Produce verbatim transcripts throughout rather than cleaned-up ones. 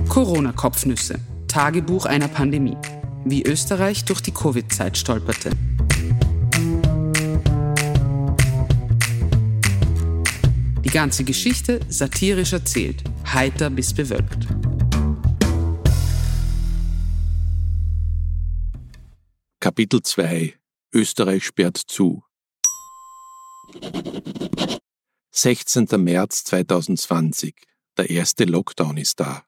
Corona-Kopfnüsse. Tagebuch einer Pandemie. Wie Österreich durch die Covid-Zeit stolperte. Die ganze Geschichte satirisch erzählt, heiter bis bewölkt. Kapitel zwei. Österreich sperrt zu. sechzehnter März zweitausendzwanzig. Der erste Lockdown ist da.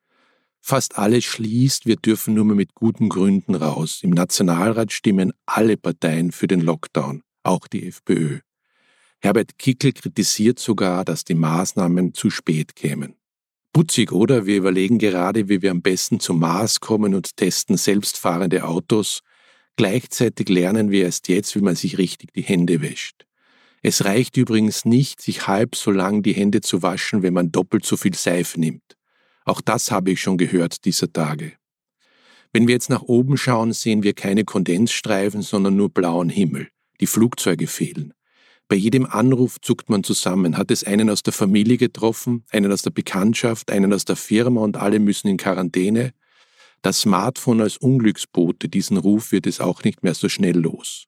Fast alles schließt, wir dürfen nur mehr mit guten Gründen raus. Im Nationalrat stimmen alle Parteien für den Lockdown, auch die FPÖ. Herbert Kickl kritisiert sogar, dass die Maßnahmen zu spät kämen. Putzig, oder? Wir überlegen gerade, wie wir am besten zum Mars kommen und testen selbstfahrende Autos. Gleichzeitig lernen wir erst jetzt, wie man sich richtig die Hände wäscht. Es reicht übrigens nicht, sich halb so lang die Hände zu waschen, wenn man doppelt so viel Seife nimmt. Auch das habe ich schon gehört dieser Tage. Wenn wir jetzt nach oben schauen, sehen wir keine Kondensstreifen, sondern nur blauen Himmel. Die Flugzeuge fehlen. Bei jedem Anruf zuckt man zusammen. Hat es einen aus der Familie getroffen, einen aus der Bekanntschaft, einen aus der Firma und alle müssen in Quarantäne? Das Smartphone als Unglücksbote, diesen Ruf wird es auch nicht mehr so schnell los.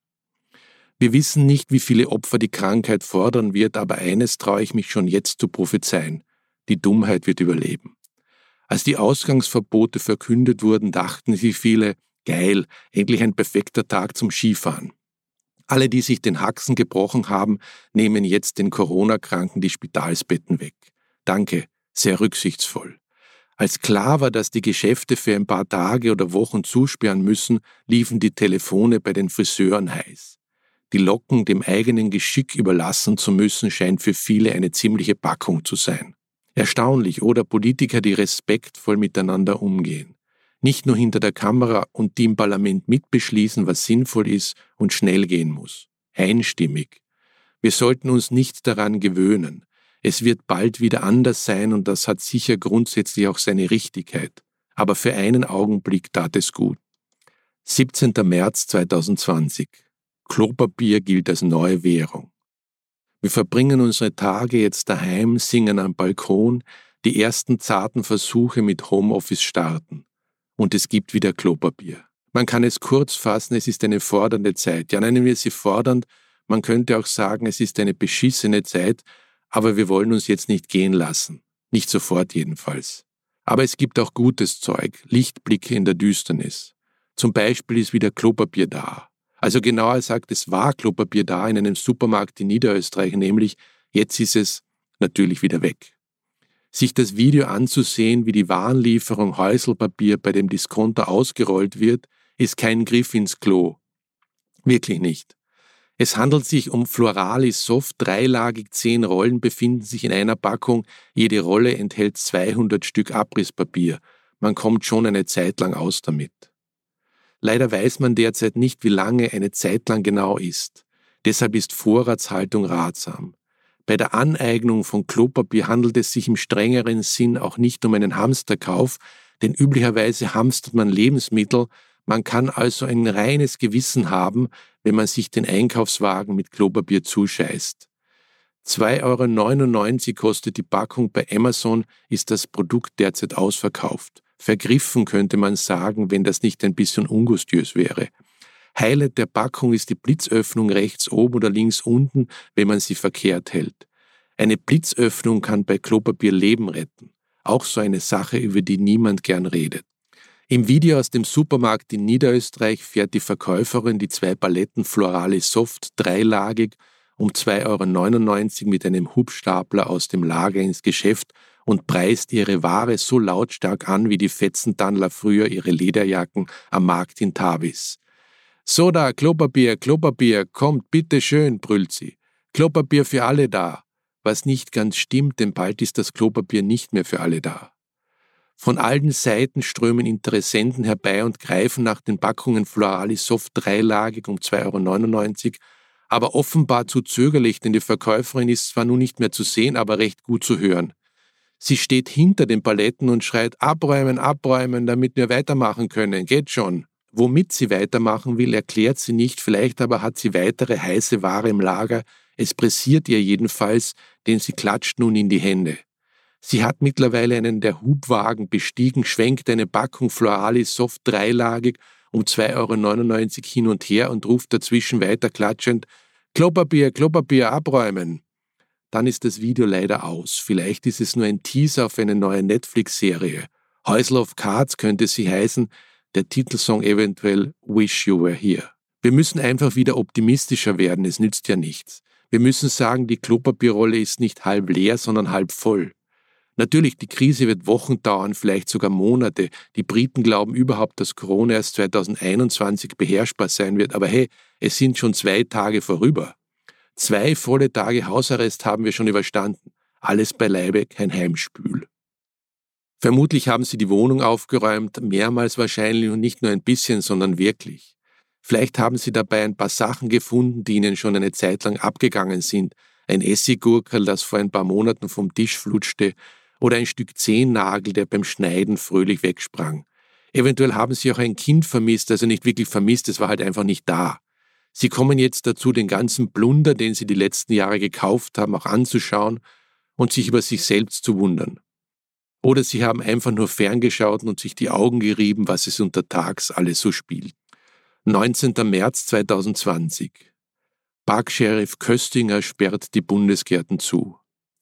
Wir wissen nicht, wie viele Opfer die Krankheit fordern wird, aber eines traue ich mich schon jetzt zu prophezeien. Die Dummheit wird überleben. Als die Ausgangsverbote verkündet wurden, dachten sich viele, geil, endlich ein perfekter Tag zum Skifahren. Alle, die sich den Haxen gebrochen haben, nehmen jetzt den Corona-Kranken die Spitalsbetten weg. Danke, sehr rücksichtsvoll. Als klar war, dass die Geschäfte für ein paar Tage oder Wochen zusperren müssen, liefen die Telefone bei den Friseuren heiß. Die Locken dem eigenen Geschick überlassen zu müssen, scheint für viele eine ziemliche Packung zu sein. Erstaunlich, oder? Politiker, die respektvoll miteinander umgehen. Nicht nur hinter der Kamera und die im Parlament mitbeschließen, was sinnvoll ist und schnell gehen muss. Einstimmig. Wir sollten uns nicht daran gewöhnen. Es wird bald wieder anders sein und das hat sicher grundsätzlich auch seine Richtigkeit. Aber für einen Augenblick tat es gut. siebzehnter März zweitausendzwanzig. Klopapier gilt als neue Währung. Wir verbringen unsere Tage jetzt daheim, singen am Balkon, die ersten zarten Versuche mit Homeoffice starten. Und es gibt wieder Klopapier. Man kann es kurz fassen, es ist eine fordernde Zeit. Ja, nennen wir sie fordernd, man könnte auch sagen, es ist eine beschissene Zeit, aber wir wollen uns jetzt nicht gehen lassen. Nicht sofort jedenfalls. Aber es gibt auch gutes Zeug, Lichtblicke in der Düsternis. Zum Beispiel ist wieder Klopapier da. Also genauer gesagt, es war Klopapier da in einem Supermarkt in Niederösterreich, nämlich jetzt ist es natürlich wieder weg. Sich das Video anzusehen, wie die Warenlieferung Häuselpapier bei dem Discounter ausgerollt wird, ist kein Griff ins Klo. Wirklich nicht. Es handelt sich um Floralis Soft, dreilagig, zehn Rollen befinden sich in einer Packung, jede Rolle enthält zweihundert Stück Abrisspapier. Man kommt schon eine Zeit lang aus damit. Leider weiß man derzeit nicht, wie lange eine Zeit lang genau ist. Deshalb ist Vorratshaltung ratsam. Bei der Aneignung von Klopapier handelt es sich im strengeren Sinn auch nicht um einen Hamsterkauf, denn üblicherweise hamstert man Lebensmittel. Man kann also ein reines Gewissen haben, wenn man sich den Einkaufswagen mit Klopapier zuscheißt. zwei Euro neunundneunzig kostet die Packung bei Amazon, ist das Produkt derzeit ausverkauft. Vergriffen könnte man sagen, wenn das nicht ein bisschen ungustiös wäre. Highlight der Packung ist die Blitzöffnung rechts oben oder links unten, wenn man sie verkehrt hält. Eine Blitzöffnung kann bei Klopapier Leben retten. Auch so eine Sache, über die niemand gern redet. Im Video aus dem Supermarkt in Niederösterreich fährt die Verkäuferin die zwei Paletten Floralis Soft dreilagig um zwei Euro neunundneunzig mit einem Hubstapler aus dem Lager ins Geschäft und preist ihre Ware so lautstark an wie die Fetzentandler früher ihre Lederjacken am Markt in Tavis. »So da, Klopapier, Klopapier, kommt, bitte schön«, brüllt sie. »Klopapier für alle da.« Was nicht ganz stimmt, denn bald ist das Klopapier nicht mehr für alle da. Von allen Seiten strömen Interessenten herbei und greifen nach den Packungen Floralis Soft dreilagig um zwei Euro neunundneunzig, aber offenbar zu zögerlich, denn die Verkäuferin ist zwar nun nicht mehr zu sehen, aber recht gut zu hören. Sie steht hinter den Paletten und schreit, abräumen, abräumen, damit wir weitermachen können, geht schon. Womit sie weitermachen will, erklärt sie nicht, vielleicht aber hat sie weitere heiße Ware im Lager, es pressiert ihr jedenfalls, denn sie klatscht nun in die Hände. Sie hat mittlerweile einen der Hubwagen bestiegen, schwenkt eine Packung Floralis Soft dreilagig um zwei Euro neunundneunzig hin und her und ruft dazwischen weiter klatschend: Klopapier, Klopapier abräumen. Dann ist das Video leider aus. Vielleicht ist es nur ein Teaser auf eine neue Netflix-Serie. Häusl of Cards könnte sie heißen, der Titelsong eventuell Wish You Were Here. Wir müssen einfach wieder optimistischer werden, es nützt ja nichts. Wir müssen sagen, die Klopapierrolle ist nicht halb leer, sondern halb voll. Natürlich, die Krise wird Wochen dauern, vielleicht sogar Monate. Die Briten glauben überhaupt, dass Corona erst zweitausendeinundzwanzig beherrschbar sein wird. Aber hey, es sind schon zwei Tage vorüber. Zwei volle Tage Hausarrest haben wir schon überstanden. Alles beileibe kein Heimspül. Vermutlich haben sie die Wohnung aufgeräumt, mehrmals wahrscheinlich und nicht nur ein bisschen, sondern wirklich. Vielleicht haben sie dabei ein paar Sachen gefunden, die ihnen schon eine Zeit lang abgegangen sind. Ein Essiggurkerl, das vor ein paar Monaten vom Tisch flutschte, oder ein Stück Zehennagel, der beim Schneiden fröhlich wegsprang. Eventuell haben sie auch ein Kind vermisst, also nicht wirklich vermisst, es war halt einfach nicht da. Sie kommen jetzt dazu, den ganzen Plunder, den sie die letzten Jahre gekauft haben, auch anzuschauen und sich über sich selbst zu wundern. Oder sie haben einfach nur ferngeschaut und sich die Augen gerieben, was es untertags alles so spielt. neunzehnter März zweitausendzwanzig. Parksheriff Köstinger sperrt die Bundesgärten zu.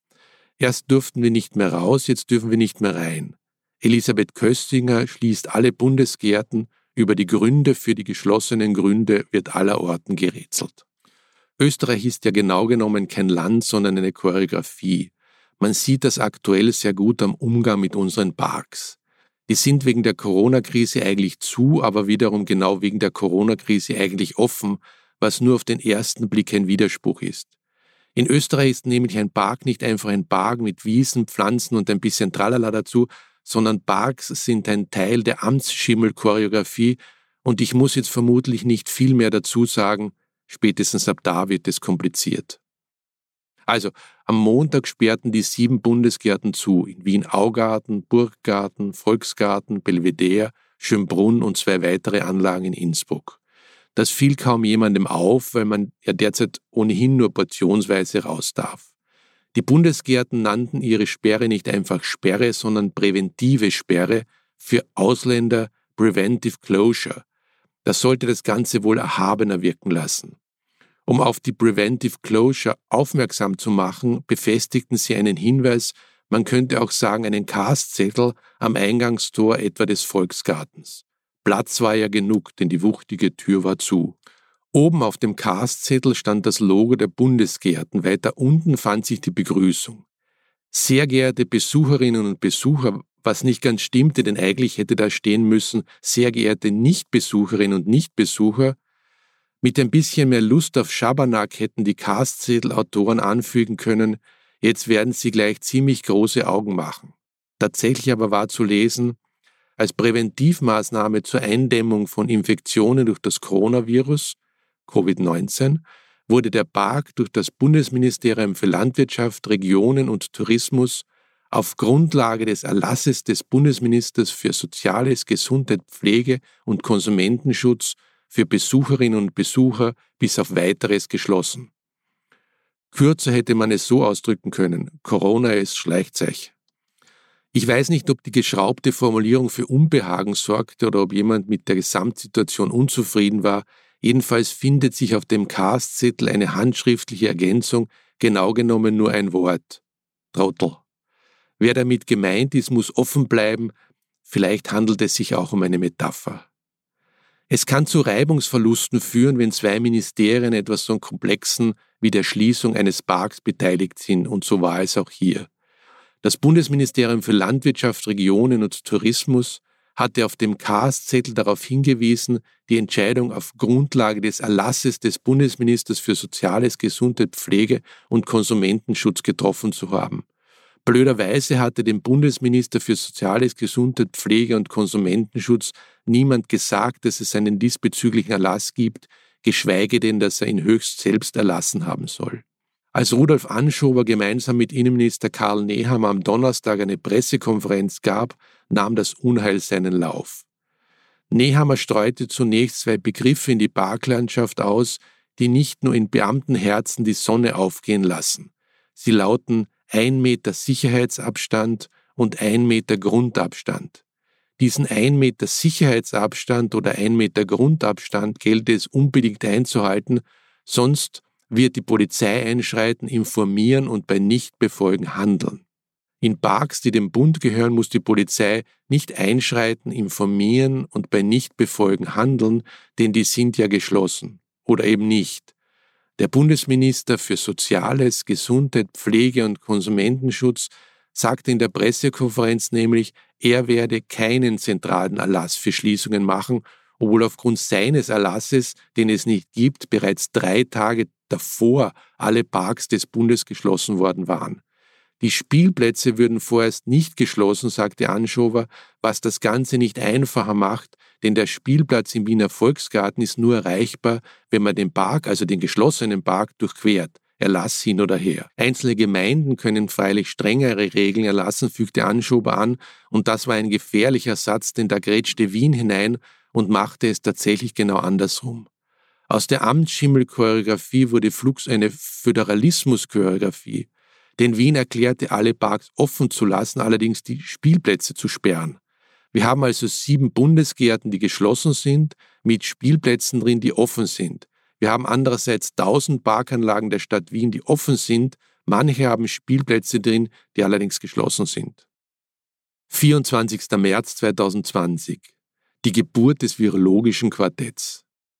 Erst durften wir nicht mehr raus, jetzt dürfen wir nicht mehr rein. Elisabeth Köstinger schließt alle Bundesgärten, über die Gründe für die geschlossenen Gründe wird allerorten gerätselt. Österreich ist ja genau genommen kein Land, sondern eine Choreografie. Man sieht das aktuell sehr gut am Umgang mit unseren Parks. Die sind wegen der Corona-Krise eigentlich zu, aber wiederum genau wegen der Corona-Krise eigentlich offen, was nur auf den ersten Blick ein Widerspruch ist. In Österreich ist nämlich ein Park nicht einfach ein Park mit Wiesen, Pflanzen und ein bisschen Tralala dazu, sondern Parks sind ein Teil der Amtsschimmel-Choreografie und ich muss jetzt vermutlich nicht viel mehr dazu sagen, spätestens ab da wird es kompliziert. Also, am Montag sperrten die sieben Bundesgärten zu, in Wien-Augarten, Burggarten, Volksgarten, Belvedere, Schönbrunn und zwei weitere Anlagen in Innsbruck. Das fiel kaum jemandem auf, weil man ja derzeit ohnehin nur portionsweise raus darf. Die Bundesgärten nannten ihre Sperre nicht einfach Sperre, sondern präventive Sperre, für Ausländer Preventive Closure. Das sollte das Ganze wohl erhabener wirken lassen. Um auf die Preventive Closure aufmerksam zu machen, befestigten sie einen Hinweis, man könnte auch sagen einen Castzettel am Eingangstor etwa des Volksgartens. Platz war ja genug, denn die wuchtige Tür war zu. Oben auf dem Castzettel stand das Logo der Bundesgärten, weiter unten fand sich die Begrüßung. Sehr geehrte Besucherinnen und Besucher, was nicht ganz stimmte, denn eigentlich hätte da stehen müssen, sehr geehrte Nichtbesucherinnen und Nichtbesucher. Mit ein bisschen mehr Lust auf Schabernack hätten die Castzettel-Autoren anfügen können, jetzt werden sie gleich ziemlich große Augen machen. Tatsächlich aber war zu lesen, als Präventivmaßnahme zur Eindämmung von Infektionen durch das Coronavirus, Covid neunzehn, wurde der Park durch das Bundesministerium für Landwirtschaft, Regionen und Tourismus auf Grundlage des Erlasses des Bundesministers für Soziales, Gesundheit, Pflege und Konsumentenschutz für Besucherinnen und Besucher bis auf Weiteres geschlossen. Kürzer hätte man es so ausdrücken können: Corona ist Schleichzeug. Ich weiß nicht, ob die geschraubte Formulierung für Unbehagen sorgte oder ob jemand mit der Gesamtsituation unzufrieden war. Jedenfalls findet sich auf dem Castzettel eine handschriftliche Ergänzung, genau genommen nur ein Wort: Trottel. Wer damit gemeint ist, muss offen bleiben. Vielleicht handelt es sich auch um eine Metapher. Es kann zu Reibungsverlusten führen, wenn zwei Ministerien etwas so Komplexen wie der Schließung eines Parks beteiligt sind, und so war es auch hier. Das Bundesministerium für Landwirtschaft, Regionen und Tourismus hatte auf dem Castzettel darauf hingewiesen, die Entscheidung auf Grundlage des Erlasses des Bundesministers für Soziales, Gesundheit, Pflege und Konsumentenschutz getroffen zu haben. Blöderweise hatte dem Bundesminister für Soziales, Gesundheit, Pflege und Konsumentenschutz niemand gesagt, dass es einen diesbezüglichen Erlass gibt, geschweige denn, dass er ihn höchst selbst erlassen haben soll. Als Rudolf Anschober gemeinsam mit Innenminister Karl Nehammer am Donnerstag eine Pressekonferenz gab, nahm das Unheil seinen Lauf. Nehammer streute zunächst zwei Begriffe in die Parklandschaft aus, die nicht nur in Beamtenherzen die Sonne aufgehen lassen. Sie lauten ein Meter Sicherheitsabstand und ein Meter Grundabstand. Diesen ein Meter Sicherheitsabstand oder ein Meter Grundabstand gelte es unbedingt einzuhalten, sonst wird die Polizei einschreiten, informieren und bei Nichtbefolgen handeln. In Parks, die dem Bund gehören, muss die Polizei nicht einschreiten, informieren und bei Nichtbefolgen handeln, denn die sind ja geschlossen. Oder eben nicht. Der Bundesminister für Soziales, Gesundheit, Pflege und Konsumentenschutz sagte in der Pressekonferenz nämlich, er werde keinen zentralen Erlass für Schließungen machen, obwohl aufgrund seines Erlasses, den es nicht gibt, bereits drei Tage davor alle Parks des Bundes geschlossen worden waren. Die Spielplätze würden vorerst nicht geschlossen, sagte Anschober, was das Ganze nicht einfacher macht, denn der Spielplatz im Wiener Volksgarten ist nur erreichbar, wenn man den Park, also den geschlossenen Park, durchquert. Erlass hin oder her. Einzelne Gemeinden können freilich strengere Regeln erlassen, fügte Anschober an, und das war ein gefährlicher Satz, denn da grätschte Wien hinein und machte es tatsächlich genau andersrum. Aus der Amtsschimmel-Choreografie wurde flugs eine Föderalismus-Choreografie. Denn Wien erklärte, alle Parks offen zu lassen, allerdings die Spielplätze zu sperren. Wir haben also sieben Bundesgärten, die geschlossen sind, mit Spielplätzen drin, die offen sind. Wir haben andererseits tausend Parkanlagen der Stadt Wien, die offen sind. Manche haben Spielplätze drin, die allerdings geschlossen sind. vierundzwanzigster März zweitausendzwanzig. Die Geburt des virologischen Quartetts.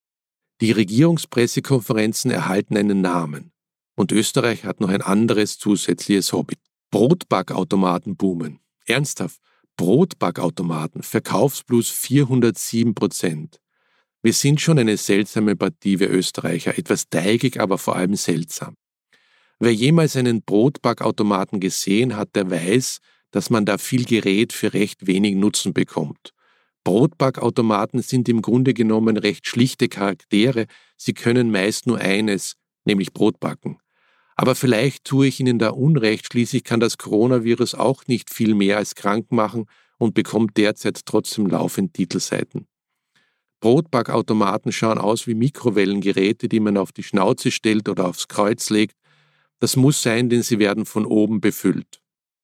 Die Regierungspressekonferenzen erhalten einen Namen. Und Österreich hat noch ein anderes zusätzliches Hobby. Brotbackautomaten boomen. Ernsthaft, Brotbackautomaten, Verkaufsplus vierhundertsieben Prozent. Wir sind schon eine seltsame Partie, wir Österreicher, etwas teigig, aber vor allem seltsam. Wer jemals einen Brotbackautomaten gesehen hat, der weiß, dass man da viel Gerät für recht wenig Nutzen bekommt. Brotbackautomaten sind im Grunde genommen recht schlichte Charaktere, sie können meist nur eines, nämlich Brot backen. Aber vielleicht tue ich Ihnen da Unrecht, schließlich kann das Coronavirus auch nicht viel mehr als krank machen und bekommt derzeit trotzdem laufend Titelseiten. Brotbackautomaten schauen aus wie Mikrowellengeräte, die man auf die Schnauze stellt oder aufs Kreuz legt. Das muss sein, denn sie werden von oben befüllt.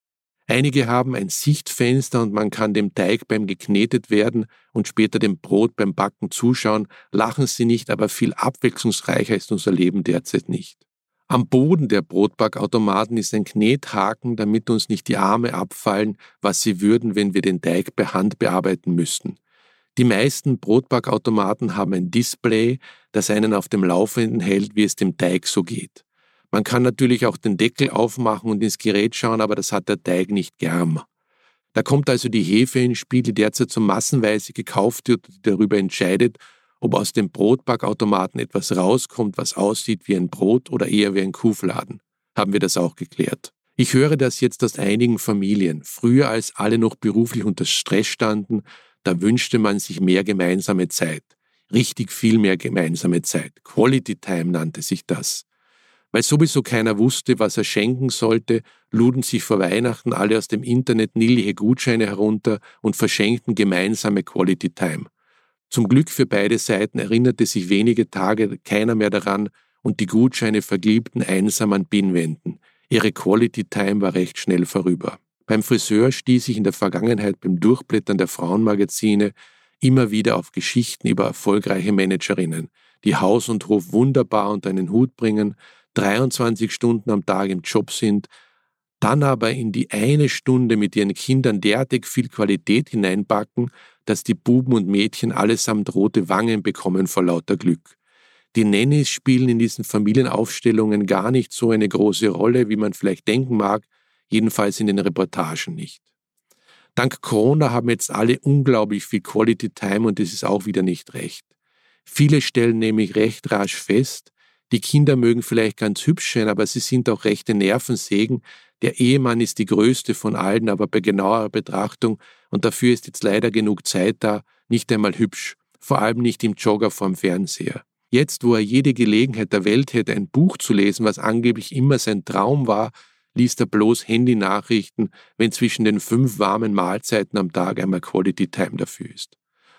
Einige haben ein Sichtfenster und man kann dem Teig beim geknetet werden und später dem Brot beim Backen zuschauen. Lachen Sie nicht, aber viel abwechslungsreicher ist unser Leben derzeit nicht. Am Boden der Brotbackautomaten ist ein Knethaken, damit uns nicht die Arme abfallen, was sie würden, wenn wir den Teig per Hand bearbeiten müssten. Die meisten Brotbackautomaten haben ein Display, das einen auf dem Laufenden hält, wie es dem Teig so geht. Man kann natürlich auch den Deckel aufmachen und ins Gerät schauen, aber das hat der Teig nicht gern. Da kommt also die Hefe ins Spiel, die derzeit so massenweise gekauft wird und die darüber entscheidet, ob aus dem Brotbackautomaten etwas rauskommt, was aussieht wie ein Brot oder eher wie ein Kuhfladen. Haben wir das auch geklärt. Ich höre das jetzt aus einigen Familien. Früher, als alle noch beruflich unter Stress standen, da wünschte man sich mehr gemeinsame Zeit. Richtig viel mehr gemeinsame Zeit. Quality Time nannte sich das. Weil sowieso keiner wusste, was er schenken sollte, luden sich vor Weihnachten alle aus dem Internet niedliche Gutscheine herunter und verschenkten gemeinsame Quality Time. Zum Glück für beide Seiten erinnerte sich wenige Tage keiner mehr daran und die Gutscheine verglibten einsam an Pinnwänden. Ihre Quality Time war recht schnell vorüber. Beim Friseur stieß ich in der Vergangenheit beim Durchblättern der Frauenmagazine immer wieder auf Geschichten über erfolgreiche Managerinnen, die Haus und Hof wunderbar unter einen Hut bringen, dreiundzwanzig Stunden am Tag im Job sind, dann aber in die eine Stunde mit ihren Kindern derartig viel Qualität hineinpacken, dass die Buben und Mädchen allesamt rote Wangen bekommen vor lauter Glück. Die Nannies spielen in diesen Familienaufstellungen gar nicht so eine große Rolle, wie man vielleicht denken mag, jedenfalls in den Reportagen nicht. Dank Corona haben jetzt alle unglaublich viel Quality Time und das ist auch wieder nicht recht. Viele stellen nämlich recht rasch fest, die Kinder mögen vielleicht ganz hübsch sein, aber sie sind auch rechte Nervensägen. Der Ehemann ist die größte von allen, aber bei genauerer Betrachtung, und dafür ist jetzt leider genug Zeit da, nicht einmal hübsch, vor allem nicht im Jogger vorm Fernseher. Jetzt, wo er jede Gelegenheit der Welt hätte, ein Buch zu lesen, was angeblich immer sein Traum war, liest er bloß Handynachrichten, wenn zwischen den fünf warmen Mahlzeiten am Tag einmal Quality Time dafür ist.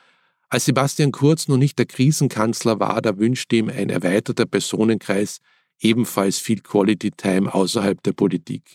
Als Sebastian Kurz noch nicht der Krisenkanzler war, da wünschte ihm ein erweiterter Personenkreis ebenfalls viel Quality Time außerhalb der Politik.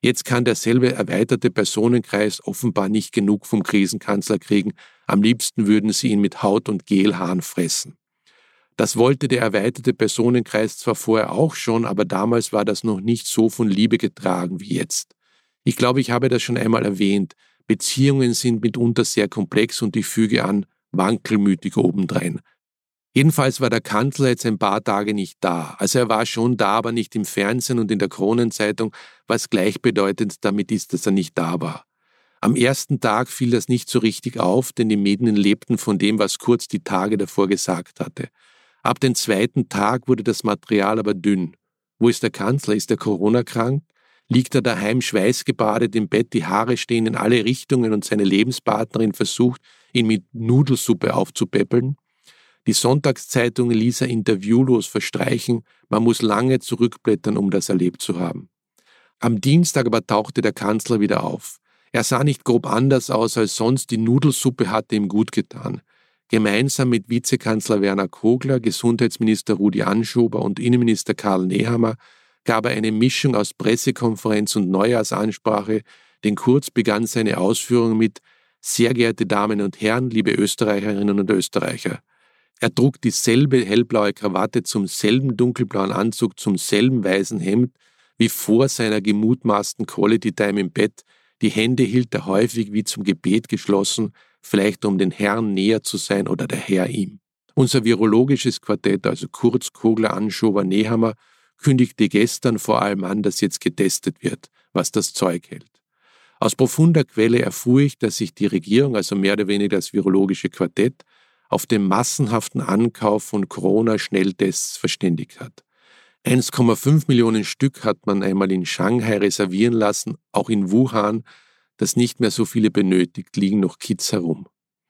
Jetzt kann derselbe erweiterte Personenkreis offenbar nicht genug vom Krisenkanzler kriegen. Am liebsten würden sie ihn mit Haut und Gelhahn fressen. Das wollte der erweiterte Personenkreis zwar vorher auch schon, aber damals war das noch nicht so von Liebe getragen wie jetzt. Ich glaube, ich habe das schon einmal erwähnt. Beziehungen sind mitunter sehr komplex und ich füge an, wankelmütig obendrein. Jedenfalls war der Kanzler jetzt ein paar Tage nicht da. Also er war schon da, aber nicht im Fernsehen und in der Kronenzeitung, was gleichbedeutend damit ist, dass er nicht da war. Am ersten Tag fiel das nicht so richtig auf, denn die Medien lebten von dem, was Kurz die Tage davor gesagt hatte. Ab dem zweiten Tag wurde das Material aber dünn. Wo ist der Kanzler? Ist er Corona-krank? Liegt er daheim schweißgebadet im Bett, die Haare stehen in alle Richtungen und seine Lebenspartnerin versucht, ihn mit Nudelsuppe aufzupäppeln? Die Sonntagszeitung ließ er interviewlos verstreichen, man muss lange zurückblättern, um das erlebt zu haben. Am Dienstag aber tauchte der Kanzler wieder auf. Er sah nicht grob anders aus als sonst, die Nudelsuppe hatte ihm gut getan. Gemeinsam mit Vizekanzler Werner Kogler, Gesundheitsminister Rudi Anschober und Innenminister Karl Nehammer gab er eine Mischung aus Pressekonferenz und Neujahrsansprache, denn Kurz begann seine Ausführungen mit »Sehr geehrte Damen und Herren, liebe Österreicherinnen und Österreicher«. Er trug dieselbe hellblaue Krawatte zum selben dunkelblauen Anzug, zum selben weißen Hemd wie vor seiner gemutmaßten Quality Time im Bett. Die Hände hielt er häufig wie zum Gebet geschlossen, vielleicht um den Herrn näher zu sein oder der Herr ihm. Unser virologisches Quartett, also Kurz, Kogler, Anschober, Nehammer, kündigte gestern vor allem an, dass jetzt getestet wird, was das Zeug hält. Aus profunder Quelle erfuhr ich, dass sich die Regierung, also mehr oder weniger das virologische Quartett, auf den massenhaften Ankauf von Corona-Schnelltests verständigt hat. eins Komma fünf Millionen Stück hat man einmal in Shanghai reservieren lassen, auch in Wuhan, das nicht mehr so viele benötigt, liegen noch Kits herum.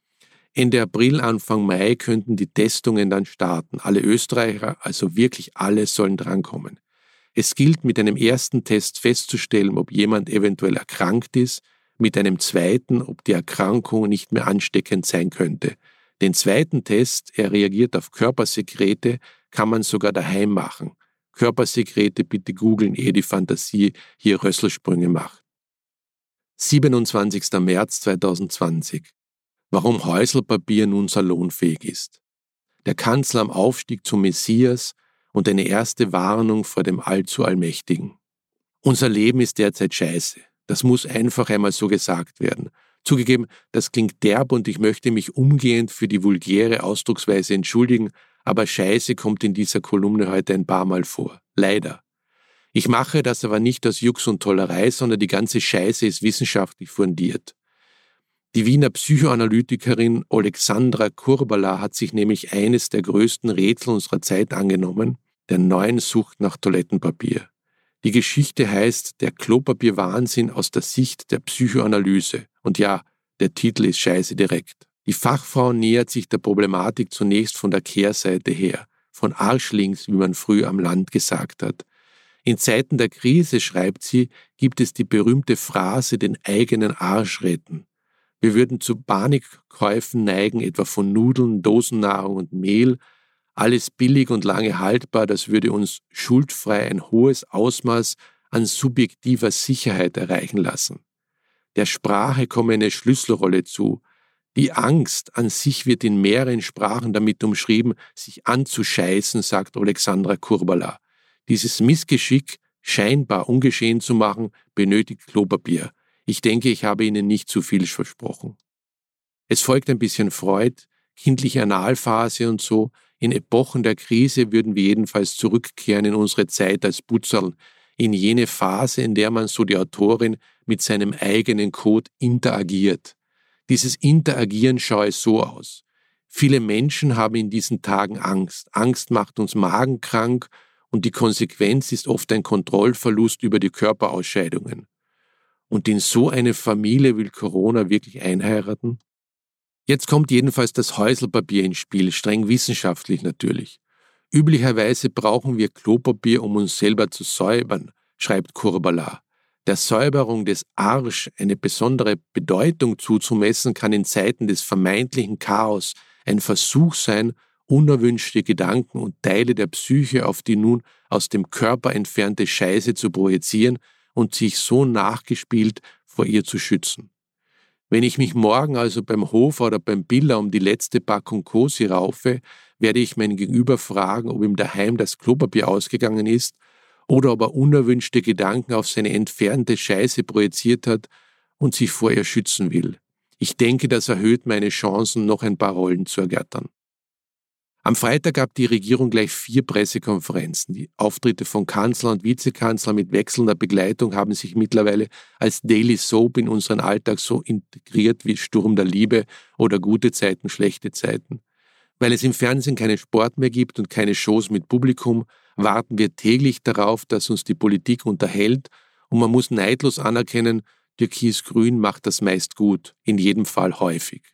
Ende April, Anfang Mai könnten die Testungen dann starten. Alle Österreicher, also wirklich alle, sollen drankommen. Es gilt, mit einem ersten Test festzustellen, ob jemand eventuell erkrankt ist, mit einem zweiten, ob die Erkrankung nicht mehr ansteckend sein könnte. Den zweiten Test, er reagiert auf Körpersekrete, kann man sogar daheim machen. Körpersekrete bitte googeln, ehe die Fantasie hier Rösselsprünge macht. siebenundzwanzigster März zweitausendzwanzig. Warum Häuselpapier nun salonfähig ist. Der Kanzler am Aufstieg zum Messias und eine erste Warnung vor dem Allzu Allmächtigen. Unser Leben ist derzeit scheiße. Das muss einfach einmal so gesagt werden. Zugegeben, das klingt derb und ich möchte mich umgehend für die vulgäre Ausdrucksweise entschuldigen, aber Scheiße kommt in dieser Kolumne heute ein paar Mal vor. Leider. Ich mache das aber nicht aus Jux und Tollerei, sondern die ganze Scheiße ist wissenschaftlich fundiert. Die Wiener Psychoanalytikerin Alexandra Kurbala hat sich nämlich eines der größten Rätsel unserer Zeit angenommen, der neuen Sucht nach Toilettenpapier. Die Geschichte heißt Der Klopapierwahnsinn aus der Sicht der Psychoanalyse. Und ja, der Titel ist scheiße direkt. Die Fachfrau nähert sich der Problematik zunächst von der Kehrseite her, von Arschlinks, wie man früh am Land gesagt hat. In Zeiten der Krise, schreibt sie, gibt es die berühmte Phrase, den eigenen Arsch retten. Wir würden zu Panikkäufen neigen, etwa von Nudeln, Dosennahrung und Mehl, alles billig und lange haltbar, das würde uns schuldfrei ein hohes Ausmaß an subjektiver Sicherheit erreichen lassen. Der Sprache komme eine Schlüsselrolle zu. Die Angst an sich wird in mehreren Sprachen damit umschrieben, sich anzuscheißen, sagt Alexandra Kurbala. Dieses Missgeschick, scheinbar ungeschehen zu machen, benötigt Klopapier. Ich denke, ich habe Ihnen nicht zu viel versprochen. Es folgt ein bisschen Freud, kindliche Analphase und so. In Epochen der Krise würden wir jedenfalls zurückkehren in unsere Zeit als Butzerl, in jene Phase, in der man, so die Autorin, mit seinem eigenen Code interagiert. Dieses Interagieren schaue so aus. Viele Menschen haben in diesen Tagen Angst. Angst macht uns magenkrank und die Konsequenz ist oft ein Kontrollverlust über die Körperausscheidungen. Und in so eine Familie will Corona wirklich einheiraten? Jetzt kommt jedenfalls das Häuselpapier ins Spiel, streng wissenschaftlich natürlich. Üblicherweise brauchen wir Klopapier, um uns selber zu säubern, schreibt Kurbala. Der Säuberung des Arsch eine besondere Bedeutung zuzumessen, kann in Zeiten des vermeintlichen Chaos ein Versuch sein, unerwünschte Gedanken und Teile der Psyche auf die nun aus dem Körper entfernte Scheiße zu projizieren und sich so nachgespielt vor ihr zu schützen. Wenn ich mich morgen also beim Hofer oder beim Biller um die letzte Packung Cosi raufe, werde ich meinen Gegenüber fragen, ob ihm daheim das Klopapier ausgegangen ist oder ob er unerwünschte Gedanken auf seine entfernte Scheiße projiziert hat und sich vor ihr schützen will. Ich denke, das erhöht meine Chancen, noch ein paar Rollen zu ergattern. Am Freitag gab die Regierung gleich vier Pressekonferenzen. Die Auftritte von Kanzler und Vizekanzler mit wechselnder Begleitung haben sich mittlerweile als Daily Soap in unseren Alltag so integriert wie Sturm der Liebe oder Gute Zeiten, schlechte Zeiten. Weil es im Fernsehen keinen Sport mehr gibt und keine Shows mit Publikum, warten wir täglich darauf, dass uns die Politik unterhält, und man muss neidlos anerkennen, Türkis-Grün macht das meist gut, in jedem Fall häufig.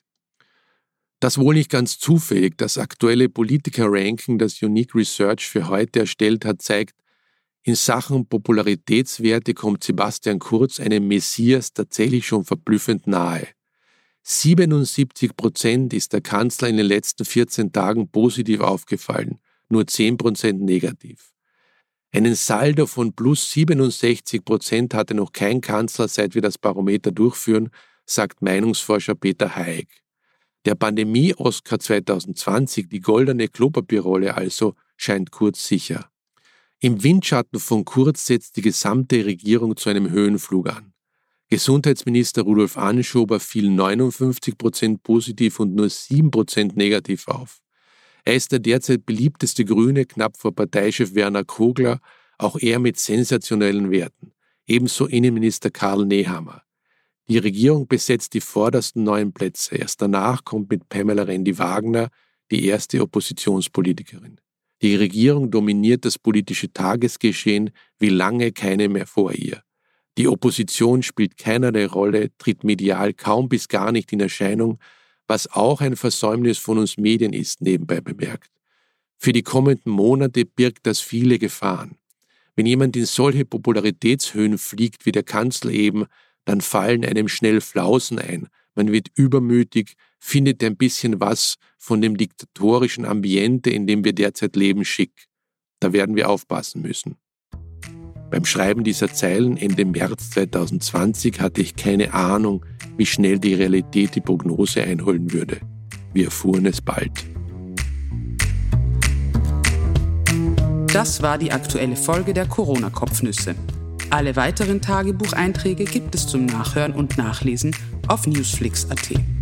Das wohl nicht ganz zufällig. Das aktuelle Politiker-Ranking, das Unique Research für heute erstellt hat, zeigt, in Sachen Popularitätswerte kommt Sebastian Kurz einem Messias tatsächlich schon verblüffend nahe. siebenundsiebzig Prozent ist der Kanzler in den letzten vierzehn Tagen positiv aufgefallen, nur zehn Prozent negativ. Einen Saldo von plus siebenundsechzig Prozent hatte noch kein Kanzler, seit wir das Barometer durchführen, sagt Meinungsforscher Peter Haig. Der Pandemie-Oscar zwanzig zwanzig, die goldene Klopapierrolle also, scheint Kurz sicher. Im Windschatten von Kurz setzt die gesamte Regierung zu einem Höhenflug an. Gesundheitsminister Rudolf Anschober fiel neunundfünfzig Prozent positiv und nur sieben Prozent negativ auf. Er ist der derzeit beliebteste Grüne, knapp vor Parteichef Werner Kogler, auch er mit sensationellen Werten. Ebenso Innenminister Karl Nehammer. Die Regierung besetzt die vordersten neun Plätze. Erst danach kommt mit Pamela Rendi-Wagner die erste Oppositionspolitikerin. Die Regierung dominiert das politische Tagesgeschehen wie lange keine mehr vor ihr. Die Opposition spielt keinerlei Rolle, tritt medial kaum bis gar nicht in Erscheinung, was auch ein Versäumnis von uns Medien ist, nebenbei bemerkt. Für die kommenden Monate birgt das viele Gefahren. Wenn jemand in solche Popularitätshöhen fliegt wie der Kanzler eben, dann fallen einem schnell Flausen ein, man wird übermütig, findet ein bisschen was von dem diktatorischen Ambiente, in dem wir derzeit leben, schick. Da werden wir aufpassen müssen. Beim Schreiben dieser Zeilen Ende März zwanzig zwanzig hatte ich keine Ahnung, wie schnell die Realität die Prognose einholen würde. Wir erfuhren es bald. Das war die aktuelle Folge der Corona-Kopfnüsse. Alle weiteren Tagebucheinträge gibt es zum Nachhören und Nachlesen auf newsflix punkt at.